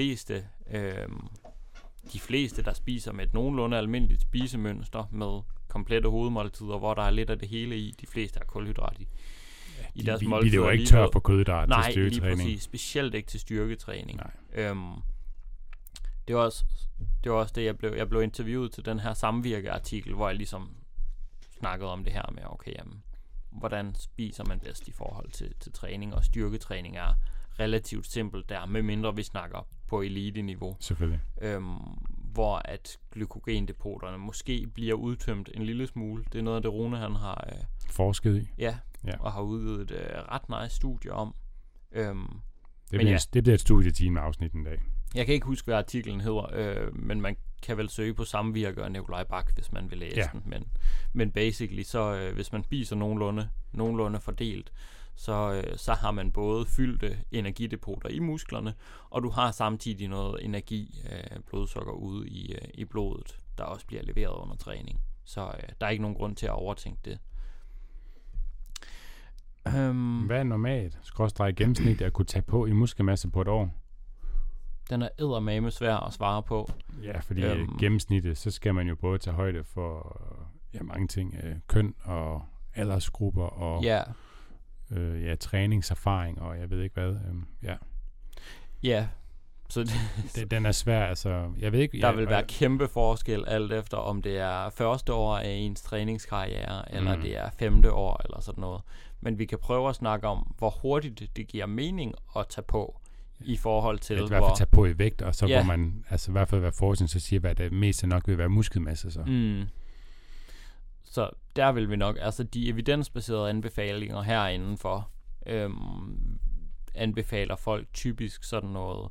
fleste, der spiser med et nogenlunde almindeligt spisemønster med komplette hovedmåltider, hvor der er lidt af det hele i, de fleste har kulhydrat i deres måltider. Vi er jo ikke tør for kulhydrat til styrketræning. Nej, lige præcis. Specielt ikke til styrketræning. Det var også det, jeg blev interviewet til den her samvirkeartikel, hvor jeg ligesom snakkede om det her med, okay, jamen, hvordan spiser man bedst i forhold til træning, og styrketræning er relativt simpelt der, medmindre vi snakker på elite-niveau. Selvfølgelig. Hvor at glykogendepoterne måske bliver udtømt en lille smule. Det er noget af det, Rune han har forsket i. Ja, og har udgivet et ret nice studie om. Det bliver et studietime afsnit en dag. Jeg kan ikke huske, hvad artiklen hedder, men man kan vel søge på Samvirke og Nikolaj Bak, hvis man vil læse den. Men basically, så hvis man spiser nogenlunde fordelt, så har man både fyldte energidepoter i musklerne, og du har samtidig noget energi, blodsukker ude i blodet, der også bliver leveret under træning. Så der er ikke nogen grund til at overtænke det. Hvad er normalt? Skråstreg gennemsnit at kunne tage på i muskelmasse på et år? Den er eddermame svær at svare på. Ja, fordi gennemsnittet, så skal man jo både tage højde for mange ting. Køn og aldersgrupper og træningserfaring og jeg ved ikke hvad. Ja, så den er svær. Altså, jeg ved ikke. Der vil være kæmpe forskel alt efter, om det er første år af ens træningskarriere, eller det er 5. år, eller sådan noget. Men vi kan prøve at snakke om, hvor hurtigt det giver mening at tage på, i forhold til, i hvert fald tage på i vægt, og så hvor man, altså i hvert fald hvad forskning så siger, hvad det mest nok vil være muskelmasse så. Så der vil vi nok, altså de evidensbaserede anbefalinger herinde for, anbefaler folk typisk sådan noget,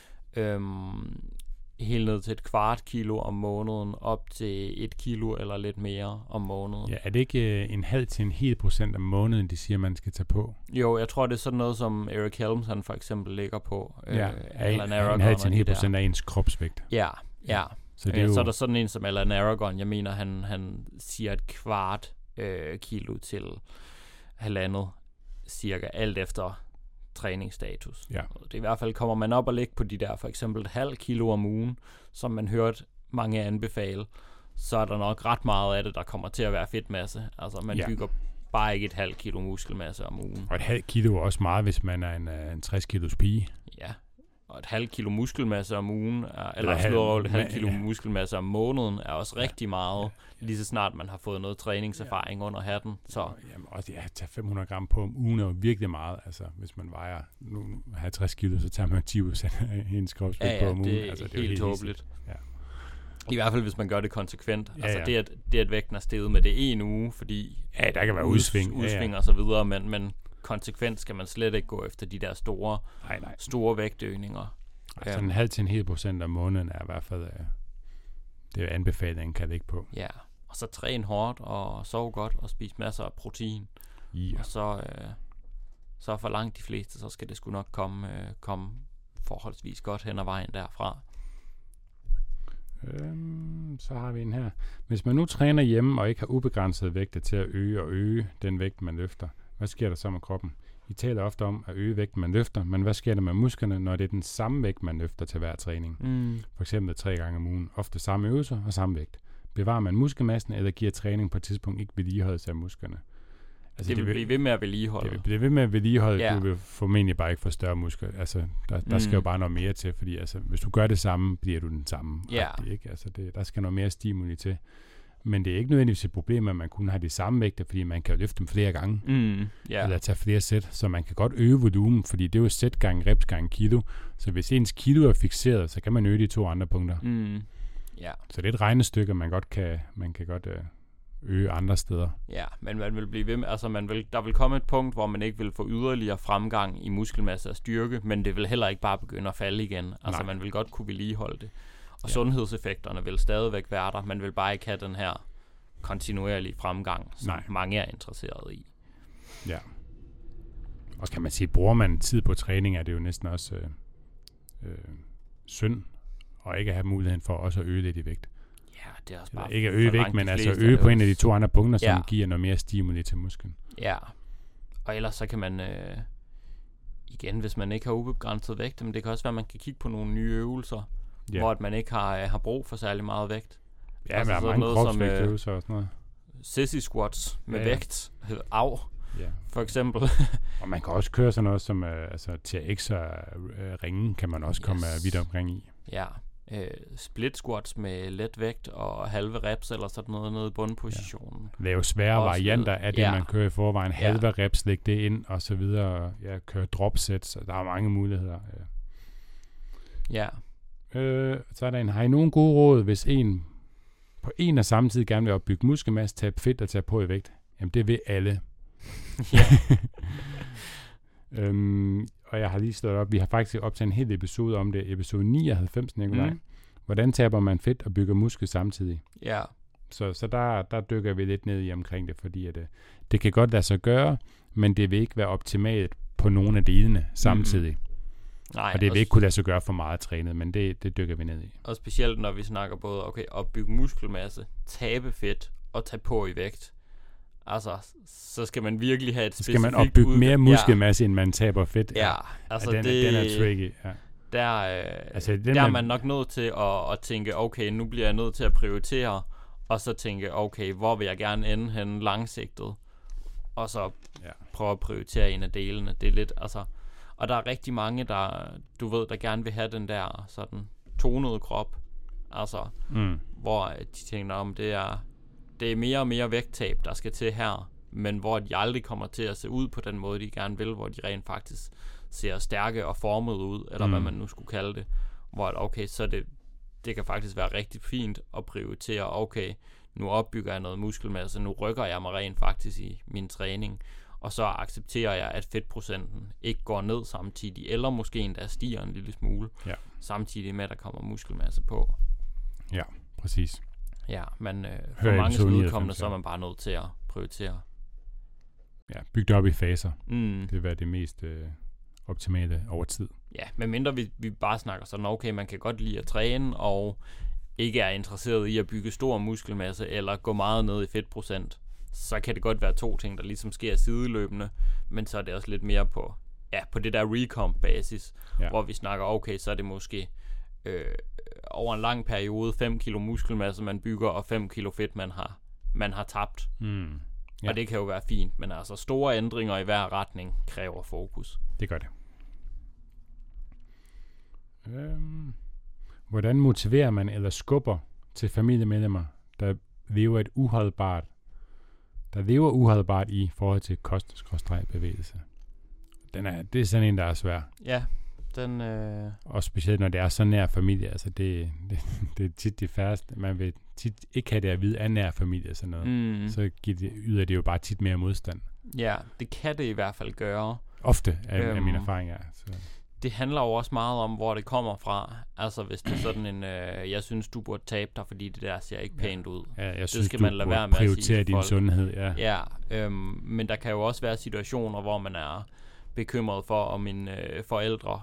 helt ned til 1/4 kilo om måneden, op til 1 kilo eller lidt mere om måneden. Ja, er det ikke 0,5 til 1% om måneden, de siger, man skal tage på? Jo, jeg tror, det er sådan noget, som Eric Helms, han for eksempel ligger på. Ja, 0,5 til 1% af ens kropsvægt. Ja. Så, det er så er der sådan en som Alan Aragon, jeg mener, han siger 1/4 kilo til 1,5 cirka, alt efter træningsstatus. Ja. Det er i hvert fald, kommer man op og ligge på de der for eksempel 0,5 kilo om ugen, som man hørte mange anbefale, så er der nok ret meget af det, der kommer til at være fedtmasse. Altså man bygger bare ikke 0,5 kilo muskelmasse om ugen. Og 0,5 kilo er også meget, hvis man er en 60 kilos pige. Ja, og 0,5 kilo muskelmasse om ugen, eller 0,5 kilo muskelmasse om måneden, er også rigtig meget, lige så snart man har fået noget træningserfaring under hatten. Så. Jamen også, tage 500 gram på om ugen er jo virkelig meget. Altså, hvis man vejer 50 kilo, så tager man 10% af hendes kropsvægt på om ugen. Det er altså, helt tåbeligt. Ja. I hvert fald, hvis man gør det konsekvent. Ja, altså, det at vægten er steget med det en uge, fordi der kan være udsving og så videre, men konsekvent skal man slet ikke gå efter de der store vægtøgninger. Altså 0,5 til 1% om måneden er i hvert fald det er anbefalingen, kan det ikke på. Ja, og så træn hårdt og sov godt og spis masser af protein. Ja. Og så for langt de fleste, så skal det sgu nok komme forholdsvis godt hen ad vejen derfra. Så har vi en her. Hvis man nu træner hjemme og ikke har ubegrænset vægte til at øge den vægt, man løfter, hvad sker der så med kroppen? I taler ofte om at øge vægten, man løfter, men hvad sker der med musklerne, når det er den samme vægt, man løfter til hver træning? For eksempel 3 gange om ugen, ofte samme øvelser og samme vægt. Bevarer man muskelmassen, eller giver træning på et tidspunkt ikke vedligeholdelse af musklerne? Altså, det vil blive ved med at vedligeholde. Det vil blive ved med at vedligeholde. Du vil formentlig bare ikke få større muskler. Altså, der skal jo bare noget mere til, fordi altså, hvis du gør det samme, bliver du den samme. Ikke? Altså, der skal noget mere stimuli til. Men det er ikke nødvendigvis et problem, at man kun har de samme vægte, fordi man kan løfte dem flere gange. Eller tage flere sæt, så man kan godt øge volumen, fordi det er jo sæt gange reps gange kilo. Så hvis ens kilo er fikseret, så kan man øge de 2 andre punkter. Så det er et regnestykke, man kan godt øge andre steder. Ja, men man vil blive ved med, altså der vil komme et punkt, hvor man ikke vil få yderligere fremgang i muskelmasse og styrke, men det vil heller ikke bare begynde at falde igen. Altså man vil godt kunne vedligeholde det. Og sundhedseffekterne vil stadigvæk være der. Man vil bare ikke have den her kontinuerlige fremgang, som mange er interesseret i. Ja. Og kan man sige, bruger man tid på træning, er det jo næsten også synd, og ikke at have muligheden for også at øge lidt i vægt. Ja, det er også bare ikke at øge vægt, men altså øge på en af de 2 andre punkter, som giver noget mere stimuli til musklen. Ja, og ellers så kan man, igen, hvis man ikke har ubegrænset vægt, men det kan også være, at man kan kigge på nogle nye øvelser, hvor man ikke har brug for særlig meget vægt. Ja, altså men der er mange kropsvægtøvelser og sådan noget. Sissy squats med vægt, for eksempel. Og man kan også køre sådan noget som TRX og ringen, kan man også komme vidt omkring i. Ja, split squats med let vægt og halve reps eller sådan noget nede i bundpositionen. Ja. Lave svære varianter af det, man kører i forvejen. Halve reps, læg det ind og så videre. Ja, køre dropsets, så der er mange muligheder. Ja. Så er der har I nogen gode råd, hvis en på en og samme tid gerne vil opbygge muskelmasse, tabe fedt og tage på i vægt? Jamen, det vil alle. Og jeg har lige slået op. Vi har faktisk optaget en hel episode om det. Episode 99, Nikolaj. Hvordan taber man fedt og bygger muskel samtidig? Ja. Så der dykker vi lidt ned i omkring det, fordi at, det kan godt lade sig gøre, men det vil ikke være optimalt på nogle af delene samtidig. Nej, og det vil ikke kunne lade sig gøre for meget trænet, men det dykker vi ned i. Og specielt når vi snakker både opbygge muskelmasse, tabe fedt og tage på i vægt. Altså, så skal man virkelig have et specifikt... Skal man opbygge mere muskelmasse, end man taber fedt? Ja, altså den er tricky. Ja. Der er man nok nødt til at tænke, okay, nu bliver jeg nødt til at prioritere, og så tænke, okay, hvor vil jeg gerne ende henne langsigtet? Og så prøve at prioritere en af delene. Det er lidt, altså... Og der er rigtig mange, der gerne vil have den der sådan tonede krop. Altså, hvor de tænker om, det er mere og mere vægttab, der skal til her, men hvor de aldrig kommer til at se ud på den måde, de gerne vil, hvor de rent faktisk ser stærke og formet ud, eller hvad man nu skulle kalde det. Hvor så er det kan faktisk være rigtig fint at prioritere, okay, nu opbygger jeg noget muskelmasse, nu rykker jeg mig rent faktisk i min træning, og så accepterer jeg, at fedtprocenten ikke går ned samtidig, eller måske endda stiger en lille smule, samtidig med, at der kommer muskelmasse på. Ja, præcis. Ja, men for mange vedkommende, så er man bare nødt til at prioritere. Ja, bygge det op i faser. Det vil være det mest optimale over tid. Ja, medmindre vi bare snakker sådan, okay, man kan godt lide at træne, og ikke er interesseret i at bygge stor muskelmasse, eller gå meget ned i fedtprocent, så kan det godt være 2 ting, der ligesom sker sideløbende, men så er det også lidt mere på det der recomp-basis, hvor vi snakker, okay, så er det måske over en lang periode 5 kilo muskelmasse, man bygger, og 5 kilo fedt, man har tabt. Ja. Og det kan jo være fint, men altså store ændringer i hver retning kræver fokus. Det gør det. Hvordan motiverer man eller skubber til familiemedlemmer, der lever uholdbart i forhold til kost-bevægelse? Det er sådan en, der er svær. Ja, og specielt når det er så nær familie, altså det er tit de færreste, man vil tit ikke have det at vide af nær familie sådan noget, så yder det jo bare tit mere modstand. Ja, det kan det i hvert fald gøre. Ofte af min erfaring, ja. Så. Det handler jo også meget om, hvor det kommer fra. Altså hvis det er sådan en, jeg synes du burde tabe dig, fordi det der ser ikke pænt ud. Ja, jeg det synes skal du man lade være med prioritere din sundhed. Ja, men der kan jo også være situationer, hvor man er bekymret for, om mine forældre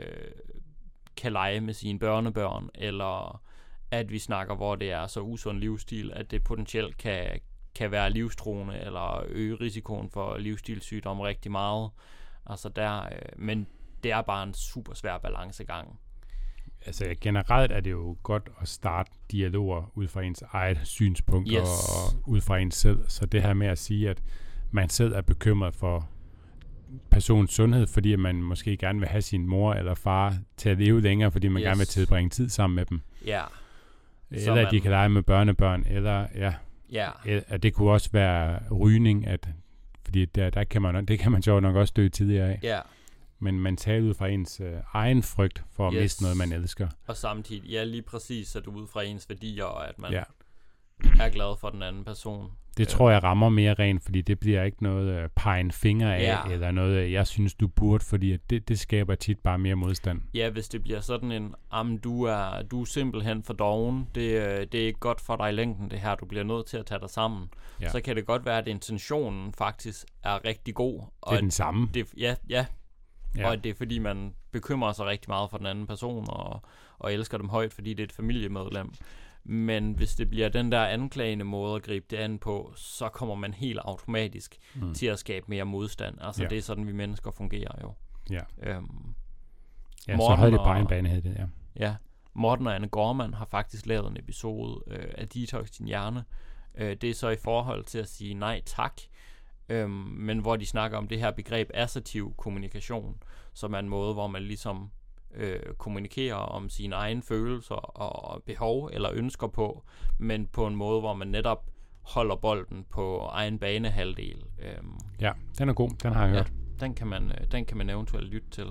kan lege med sine børnebørn, eller at vi snakker, hvor det er så usund livsstil, at det potentielt kan være livstruende, eller øge risikoen for livsstilssygdom rigtig meget. Altså men det er bare en super svær balancegang. Altså generelt er det jo godt at starte dialoger ud fra ens eget synspunkt, og ud fra ens selv. Så det her med at sige, at man selv er bekymret for personens sundhed, fordi man måske gerne vil have sin mor eller far til at leve længere, fordi man gerne vil tilbringe tid sammen med dem. Ja. Eller at de kan lege med børnebørn, eller at det kunne også være rygning, fordi der kan man, det kan man jo nok også dø tidligere af. Ja. Men man taler ud fra ens egen frygt for at miste noget, man elsker. Og samtidig, lige præcis, at ud fra ens værdier, og at man er glad for den anden person. Det tror jeg rammer mere rent, fordi det bliver ikke noget pege finger af, eller noget, jeg synes, du burde, fordi det skaber tit bare mere modstand. Ja, hvis det bliver sådan en, du er simpelthen for doven, det er ikke godt for dig i længden, det her, du bliver nødt til at tage dig sammen. Ja. Så kan det godt være, at intentionen faktisk er rigtig god. Det er den samme. Og at det er fordi, man bekymrer sig rigtig meget for den anden person, og elsker dem højt, fordi det er et familiemedlem. Men hvis det bliver den der anklagende måde at gribe det an på, så kommer man helt automatisk til at skabe mere modstand. Altså det er sådan, vi mennesker fungerer jo. Ja, Morten så havde det bare en bane det, Ja, Morten og Anne Gormand har faktisk lavet en episode af Detox din hjerne. Det er så i forhold til at sige nej tak, men hvor de snakker om det her begreb assertiv kommunikation, som er en måde, hvor man ligesom kommunikerer om sine egne følelser og behov eller ønsker på, men på en måde, hvor man netop holder bolden på egen banehalvdel. Ja, den er god. Den har jeg hørt. Den kan man eventuelt lytte til.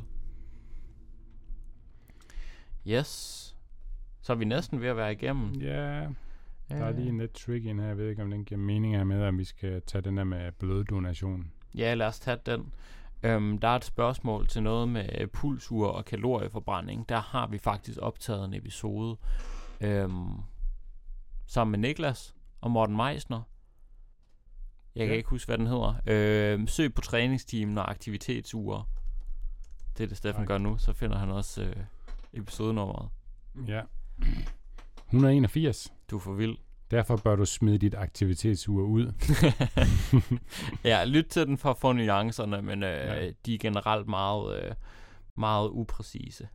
Yes. Så er vi næsten ved at være igennem. Ja. Der er lige en lidt tricky her. Jeg ved ikke, om den giver mening her med, at vi skal tage den der med bloddonation. Ja, lad os tage den. Der er et spørgsmål til noget med pulsur og kalorieforbrænding. Der har vi faktisk optaget en episode sammen med Niklas og Morten Meisner. Jeg kan ikke huske, hvad den hedder. Søg på træningsteamen og aktivitetsure. Det er det, Steffen gør nu. Så finder han også episodenummeret. Ja. 181. Du er for vild. Derfor bør du smide dit aktivitetsur ud. Ja, lyt til den for at få nuancerne, men de er generelt meget, meget upræcise.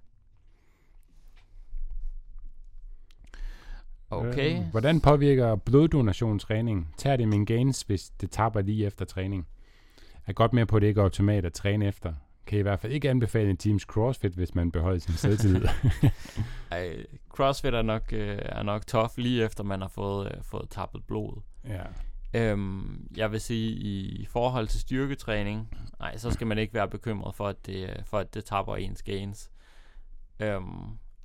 Okay. Hvordan påvirker bloddonationsregning? Tager det min gains, hvis det tapper lige efter træning? Jeg er godt med på, at det ikke er optimalt at træne efter. Kan i hvert fald ikke anbefale en teams CrossFit, hvis man beholder sin selvtillid. CrossFit er nok tough, lige efter man har fået tappet blodet. Ja. Jeg vil sige, i forhold til styrketræning, så skal man ikke være bekymret for, at det tapper ens gains.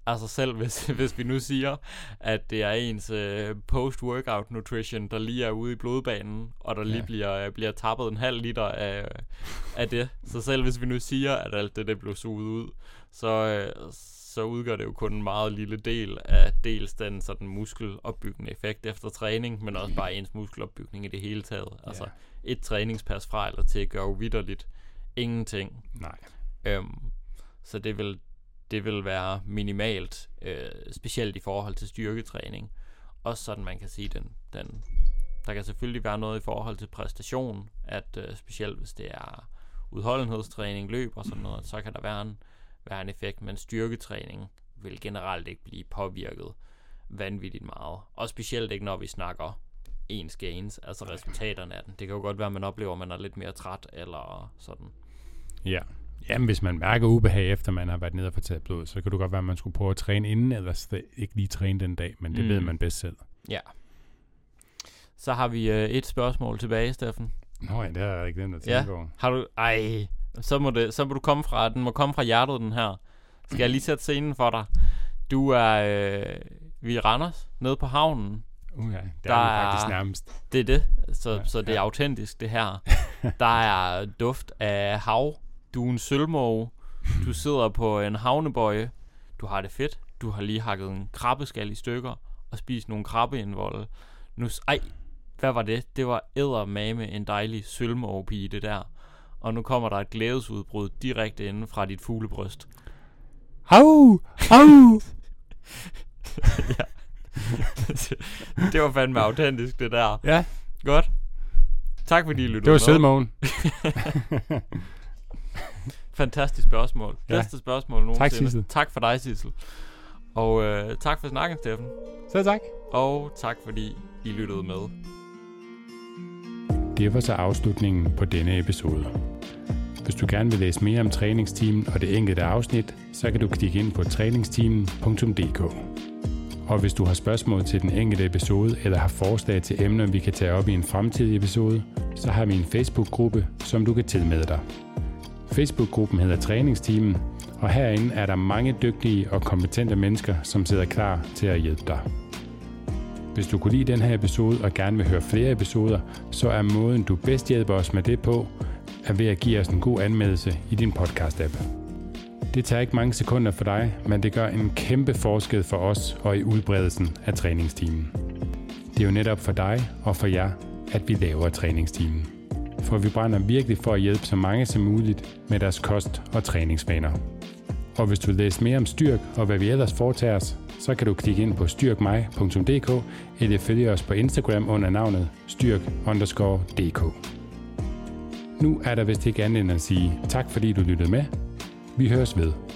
Altså selv hvis vi nu siger, at det er ens post-workout nutrition, der lige er ude i blodbanen, og der lige bliver tappet en halv liter af det. Så selv hvis vi nu siger, at alt det blev suget ud, så udgør det jo kun en meget lille del af dels den sådan muskelopbyggende effekt efter træning, men også bare ens muskelopbygning i det hele taget. Altså et træningspas fra eller til gør jo vitterligt ingenting. Nej. Så det vil være minimalt, specielt i forhold til styrketræning. Også sådan man kan sige, der kan selvfølgelig være noget i forhold til præstation, at specielt hvis det er udholdenhedstræning, løb og sådan noget, så kan der være en effekt, men styrketræning vil generelt ikke blive påvirket vanvittigt meget. Og specielt ikke, når vi snakker ens gains, altså resultaterne af den. Det kan jo godt være, at man oplever, at man er lidt mere træt eller sådan. Ja. Jamen, hvis man mærker ubehag efter man har været nede og få taget blod, så kan det godt være, at man skulle prøve at træne inden, eller ikke lige træne den dag, men det ved man bedst selv. Ja. Så har vi et spørgsmål tilbage, Steffen. Nå ja, det har jeg ikke glemt at tænke over. Har du... Ej, så må du komme fra... Den må komme fra hjertet, den her. Skal jeg lige sætte scenen for dig? Du er... vi er i Randers, nede på havnen. Ja, der er faktisk nærmest. Det er det. Så det er autentisk, det her. Der er duft af hav. Du er en sølvmåge. Du sidder på en havnebøje. Du har det fedt. Du har lige hakket en krabbeskal i stykker og spist nogle krabbeindvolde. Hvad var det? Det var eddermame en dejlig sølvmågepige, det der. Og nu kommer der et glædesudbrud direkte inden fra dit fuglebryst. Hav! Hav! Ja. Det var fandme autentisk, det der. Ja. Godt. Tak fordi I lyttede med. Det var sølvmågen. Fantastisk spørgsmål. Bedste spørgsmål nogensinde. Tak, Sissel. Tak for dig, Sissel. Og tak for snakken, Steffen. Så tak. Og tak fordi I lyttede med. Det var så afslutningen på denne episode. Hvis du gerne vil læse mere om træningsteamen og det enkelte afsnit, så kan du klikke ind på træningsteamen.dk. Og hvis du har spørgsmål til den enkelte episode, eller har forslag til emner, vi kan tage op i en fremtidig episode, så har vi en Facebook-gruppe, som du kan tilmelde dig. Facebook-gruppen hedder Træningsteamen, og herinde er der mange dygtige og kompetente mennesker, som sidder klar til at hjælpe dig. Hvis du kunne lide den her episode og gerne vil høre flere episoder, så er måden, du bedst hjælper os med det på, er ved at give os en god anmeldelse i din podcast-app. Det tager ikke mange sekunder for dig, men det gør en kæmpe forskel for os og i udbredelsen af træningsteamen. Det er jo netop for dig og for jer, at vi laver træningsteamen. For vi brænder virkelig for at hjælpe så mange som muligt med deres kost- og træningsvaner. Og hvis du vil læse mere om Styrk og hvad vi ellers foretager os, så kan du klikke ind på styrkmig.dk eller følge os på Instagram under navnet styrk_dk. Nu er der vist ikke andet end at sige tak fordi du lyttede med. Vi høres ved.